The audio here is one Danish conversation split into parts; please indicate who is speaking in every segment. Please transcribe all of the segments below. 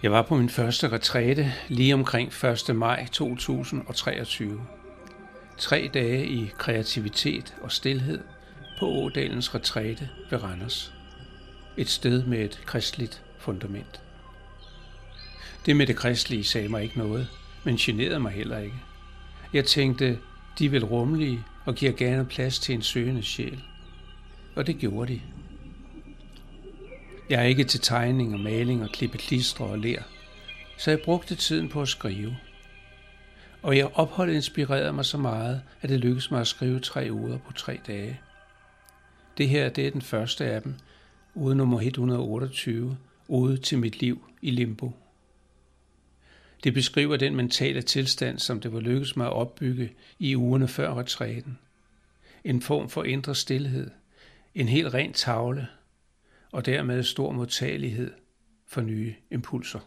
Speaker 1: Jeg var på min første retræte lige omkring 1. maj 2023. 3 dage i kreativitet og stilhed på Ådalens retræte ved Randers. Et sted med et kristeligt fundament. Det med det kristelige sagde mig ikke noget, men generede mig heller ikke. Jeg tænkte, de er vel rummelige og giver gerne plads til en søgende sjæl. Og det gjorde de. Jeg er ikke til tegning og maling og klippe klistre og ler, så jeg brugte tiden på at skrive. Og jeg opholdet inspirerede mig så meget, at det lykkedes mig at skrive 3 uger på 3 dage. Det her, det er den første af dem, ude nummer 128, Ode til mit liv i limbo. Det beskriver den mentale tilstand, som det var lykkedes mig at opbygge i ugerne før retræten. En form for indre stilhed, en helt ren tavle, og dermed stor modtagelighed for nye impulser.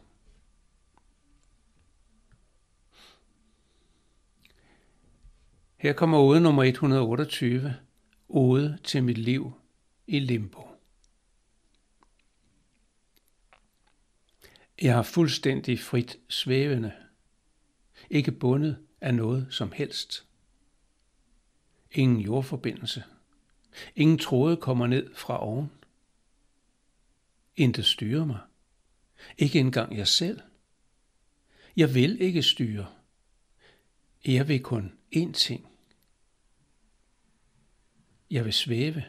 Speaker 1: Her kommer ode nummer 128, Ode til mit liv i limbo. Jeg har fuldstændig frit svævende, ikke bundet af noget som helst. Ingen jordforbindelse, ingen tråde kommer ned fra oven. Intet styrer mig, ikke engang jeg selv. Jeg vil ikke styre, jeg vil kun én ting. Jeg vil svæve,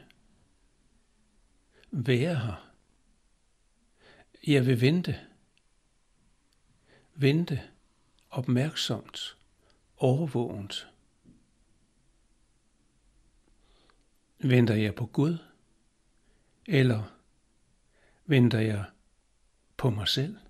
Speaker 1: være her. Jeg vil vente opmærksomt, overvågent. Venter jeg på Gud, eller venter jeg på mig selv?